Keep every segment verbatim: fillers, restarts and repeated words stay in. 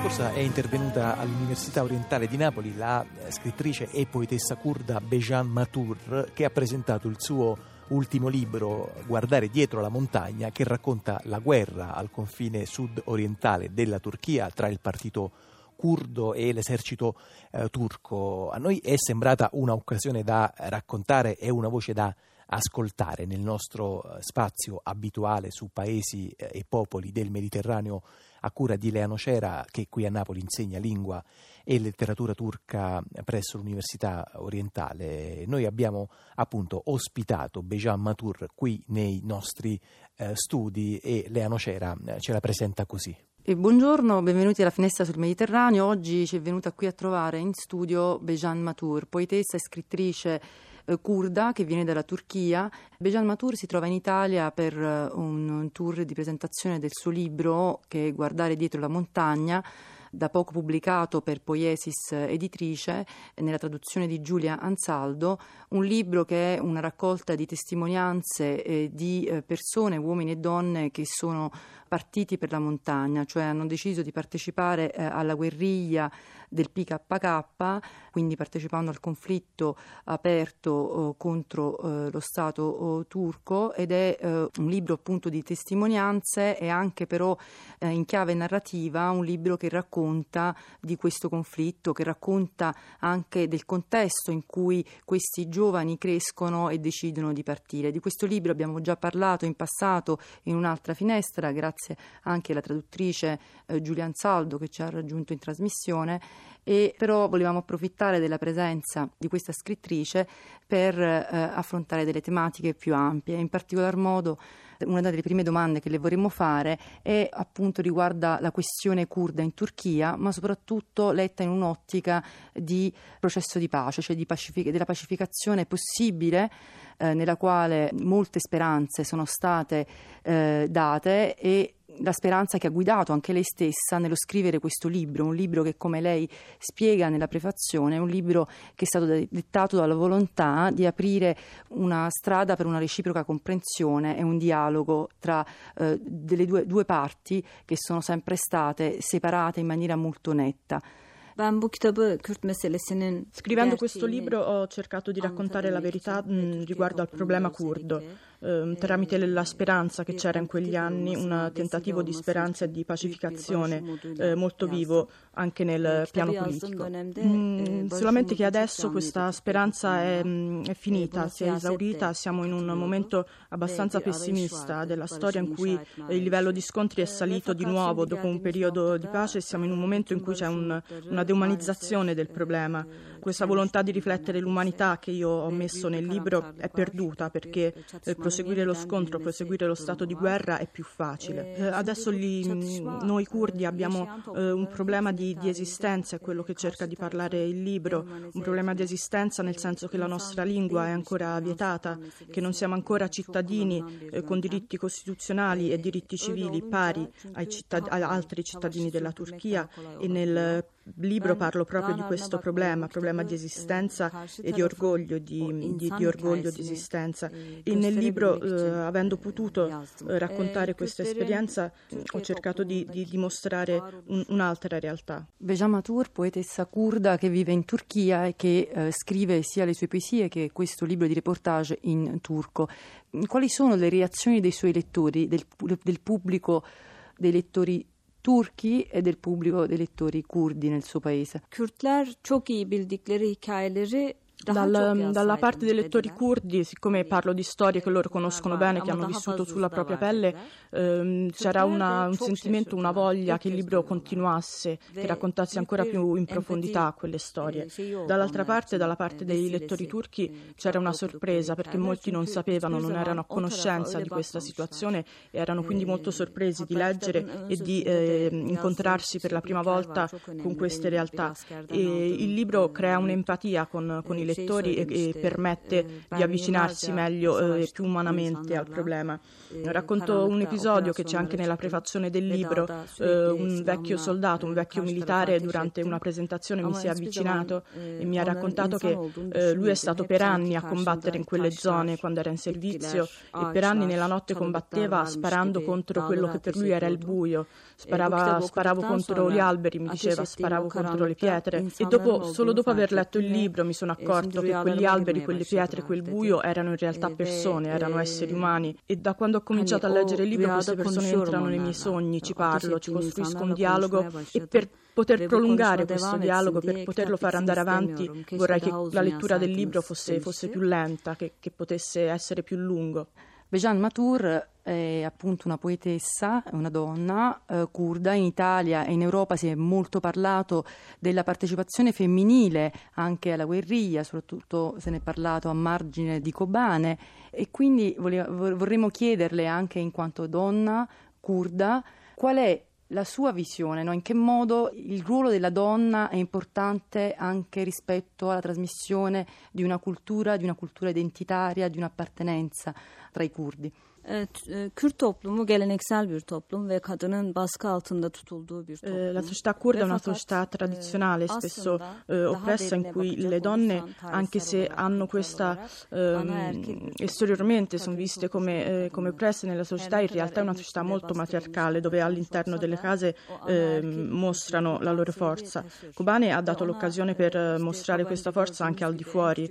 scorsa è intervenuta all'Università Orientale di Napoli la scrittrice e poetessa curda Bejan Matur, che ha presentato il suo ultimo libro, Guardare dietro la montagna, che racconta la guerra al confine sud-orientale della Turchia tra il partito curdo e l'esercito eh, turco. A noi è sembrata un'occasione da raccontare e una voce da ascoltare nel nostro spazio abituale su paesi e popoli del Mediterraneo, a cura di Lea Nocera, che qui a Napoli insegna lingua e letteratura turca presso l'Università Orientale. Noi abbiamo appunto ospitato Bejan Matur qui nei nostri eh, studi e Lea Nocera eh, ce la presenta così. E buongiorno, benvenuti alla Finestra sul Mediterraneo. Oggi ci è venuta qui a trovare in studio Bejan Matur, poetessa e scrittrice curda che viene dalla Turchia. Bejan Matur si trova in Italia per un tour di presentazione del suo libro, che è Guardare dietro la montagna, da poco pubblicato per Poiesis Editrice nella traduzione di Giulia Ansaldo, un libro che è una raccolta di testimonianze eh, di eh, persone, uomini e donne che sono partiti per la montagna, cioè hanno deciso di partecipare eh, alla guerriglia del P K K, quindi partecipando al conflitto aperto eh, contro eh, lo Stato eh, turco, ed è eh, un libro appunto di testimonianze e anche però eh, in chiave narrativa, un libro che racconta di questo conflitto, che racconta anche del contesto in cui questi giovani crescono e decidono di partire. Di questo libro abbiamo già parlato in passato in un'altra finestra, grazie anche alla traduttrice eh, Giulia Ansaldo, che ci ha raggiunto in trasmissione, e però volevamo approfittare della presenza di questa scrittrice per eh, affrontare delle tematiche più ampie. In particolar modo una delle prime domande che le vorremmo fare è appunto riguarda la questione curda in Turchia, ma soprattutto letta in un'ottica di processo di pace, cioè di pacific- della pacificazione possibile, eh, nella quale molte speranze sono state eh, date, e la speranza che ha guidato anche lei stessa nello scrivere questo libro, un libro che, come lei spiega nella prefazione, è un libro che è stato dettato dalla volontà di aprire una strada per una reciproca comprensione e un dialogo tra eh, delle due, due parti che sono sempre state separate in maniera molto netta. Scrivendo questo libro ho cercato di raccontare la verità mh, riguardo al problema curdo, eh, tramite la speranza che c'era in quegli anni, un tentativo di speranza e di pacificazione eh, molto vivo anche nel piano politico. Mm, solamente che adesso questa speranza è, è finita, si è esaurita, siamo in un momento abbastanza pessimista della storia in cui il livello di scontri è salito di nuovo dopo un periodo di pace, e siamo in un momento in cui c'è un, una deumanizzazione del problema. Questa volontà di riflettere l'umanità che io ho messo nel libro è perduta, perché eh, proseguire lo scontro, proseguire lo stato di guerra è più facile. Eh, adesso gli, noi curdi abbiamo eh, un problema di, di esistenza, è quello che cerca di parlare il libro, un problema di esistenza nel senso che la nostra lingua è ancora vietata, che non siamo ancora cittadini eh, con diritti costituzionali e diritti civili pari ai cittad- a altri cittadini della Turchia, e nel libro parlo proprio di questo problema, problema di esistenza e di orgoglio di, di, di orgoglio di esistenza. E nel libro, eh, avendo potuto eh, raccontare questa esperienza, ho cercato di, di dimostrare un, un'altra realtà. Bejan Matur, poetessa curda che vive in Turchia e che eh, scrive sia le sue poesie che questo libro di reportage in turco. Quali sono le reazioni dei suoi lettori, del, del pubblico dei lettori Turchi e del pubblico dei lettori curdi nel suo paese? Kürtler çok iyi bildikleri hikayeleri Dal, dalla parte dei lettori curdi, siccome parlo di storie che loro conoscono bene, che hanno vissuto sulla propria pelle, ehm, c'era una, un sentimento, una voglia che il libro continuasse, che raccontasse ancora più in profondità quelle storie. Dall'altra parte, dalla parte dei lettori turchi, c'era una sorpresa, perché molti non sapevano, non erano a conoscenza di questa situazione, e erano quindi molto sorpresi di leggere e di eh, incontrarsi per la prima volta con queste realtà. E il libro crea un'empatia con, con i lettori lettori e, e permette di avvicinarsi meglio e più umanamente al problema. Racconto un episodio che c'è anche nella prefazione del libro. Eh, un vecchio soldato, un vecchio militare durante una presentazione mi si è avvicinato e mi ha raccontato che eh, lui è stato per anni a combattere in quelle zone quando era in servizio e per anni nella notte combatteva sparando contro quello che per lui era il buio. Sparava, sparavo contro gli alberi, mi diceva, sparavo contro le pietre. E dopo, solo dopo aver letto il libro mi sono accorto che quegli alberi, quelle pietre, quel buio erano in realtà persone, erano esseri umani. E da quando ho cominciato a leggere il libro queste persone entrano nei miei sogni, ci parlo, ci costruisco un dialogo e per poter prolungare questo dialogo, per poterlo far andare avanti, vorrei che la lettura del libro fosse, fosse più lenta, che, che potesse essere più lungo. Bejan Matur è appunto una poetessa, una donna eh, curda. In Italia e in Europa si è molto parlato della partecipazione femminile anche alla guerriglia, soprattutto se ne è parlato a margine di Kobane, e quindi vole- vorremmo chiederle anche in quanto donna curda qual è la sua visione, no? In che modo il ruolo della donna è importante anche rispetto alla trasmissione di una cultura, di una cultura identitaria, di un'appartenenza tra i curdi. Kürt toplumu geleneksel bir toplum ve kadının baskı altında tutulduğu bir toplum. La società curda è una società tradizionale, spesso eh, oppressa, in cui le donne, anche se hanno questa eh, esteriormente sono viste come, eh, come oppresse nella società, in realtà è una società molto matriarcale, dove all'interno delle case eh, mostrano la loro forza. Kobane ha dato l'occasione per mostrare questa forza anche al di fuori,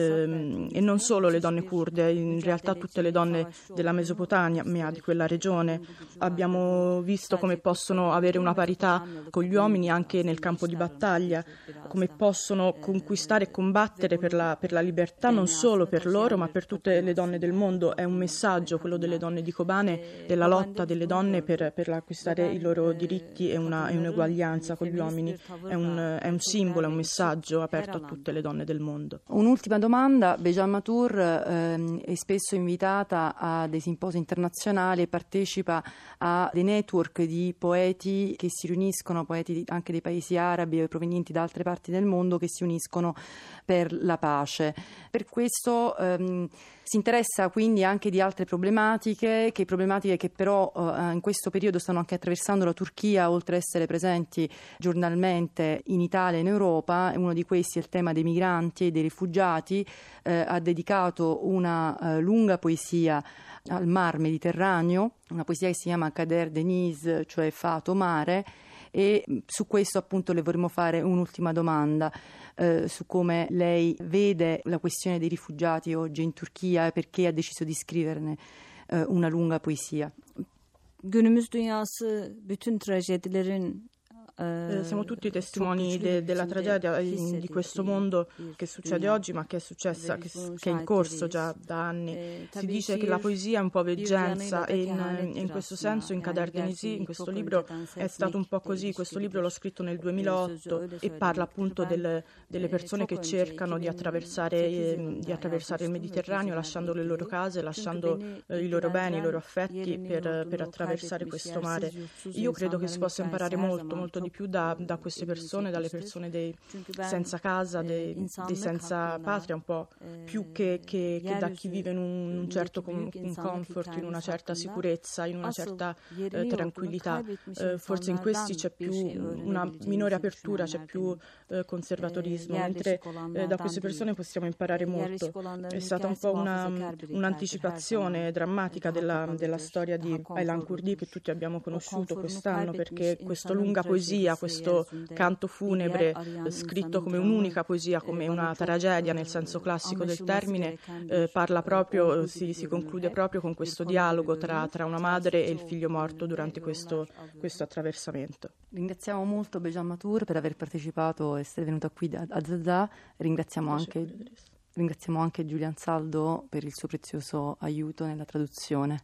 eh, e non solo le donne curde, in realtà tutte le donne della Mesopotamia, di quella regione. Abbiamo visto come possono avere una parità con gli uomini anche nel campo di battaglia, come possono conquistare e combattere per la, per la libertà non solo per loro ma per tutte le donne del mondo. È un messaggio, quello delle donne di Kobane, della lotta delle donne per, per acquistare i loro diritti e, una, e un'eguaglianza con gli uomini. È un, è un simbolo, è un messaggio aperto a tutte le donne del mondo. Un'ultima domanda. Bejan Matur ehm, è spesso invitata a dei simposi internazionali e partecipa a dei network di poeti che si riuniscono, poeti anche dei paesi arabi e provenienti da altre parti del mondo, che si uniscono per la pace. Per questo ehm, si interessa quindi anche di altre problematiche, che problematiche che però eh, in questo periodo stanno anche attraversando la Turchia, oltre a essere presenti giornalmente in Italia e in Europa. Uno di questi è il tema dei migranti e dei rifugiati. Eh, ha dedicato una eh, lunga poesia al mar Mediterraneo, una poesia che si chiama Kader Deniz, cioè fato mare, e su questo appunto le vorremmo fare un'ultima domanda eh, su come lei vede la questione dei rifugiati oggi in Turchia e perché ha deciso di scriverne eh, una lunga poesia. Günümüz dünyası bütün trajedilerin Eh, siamo tutti testimoni de, della tragedia in, di questo mondo che succede oggi, ma che è successa, che, che è in corso già da anni. Si dice che la poesia è un po' veggenza e in, in questo senso in Kader Deniz, in questo libro, è stato un po' così. Questo libro l'ho scritto nel duemilaotto e parla appunto del, delle persone che cercano di attraversare, eh, di attraversare il Mediterraneo lasciando le loro case, lasciando eh, i loro beni, i loro affetti per, per attraversare questo mare. Io credo che si possa imparare molto, molto di più da, da queste persone, dalle persone dei senza casa, dei, dei senza patria, un po' più che, che, che da chi vive in un, un certo com, un comfort, in una certa sicurezza, in una certa eh, tranquillità. Eh, forse in questi c'è più una minore apertura, c'è più eh, conservatorismo, mentre eh, da queste persone possiamo imparare molto. È stata un po' una, un'anticipazione drammatica della, della storia di Aylan Kurdi che tutti abbiamo conosciuto quest'anno, perché questa lunga poesia, questo canto funebre scritto come un'unica poesia, come una tragedia nel senso classico del termine, eh, parla proprio, si, si conclude proprio con questo dialogo tra, tra una madre e il figlio morto durante questo, questo attraversamento. Ringraziamo molto Bejan Matur per aver partecipato e essere venuta qui a Zazà. Ringraziamo anche, ringraziamo anche Giulian Saldo per il suo prezioso aiuto nella traduzione.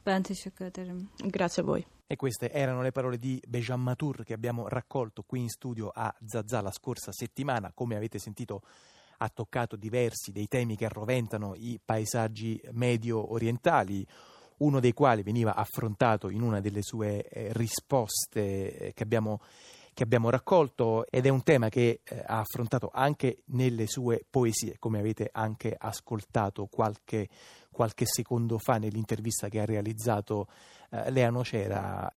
Grazie a voi. E queste erano le parole di Bejan Matur che abbiamo raccolto qui in studio a Zazà la scorsa settimana. Come avete sentito, ha toccato diversi dei temi che arroventano i paesaggi medio orientali, uno dei quali veniva affrontato in una delle sue eh, risposte eh, che abbiamo che abbiamo raccolto, ed è un tema che eh, ha affrontato anche nelle sue poesie, come avete anche ascoltato qualche, qualche secondo fa nell'intervista che ha realizzato eh, Lea Nocera.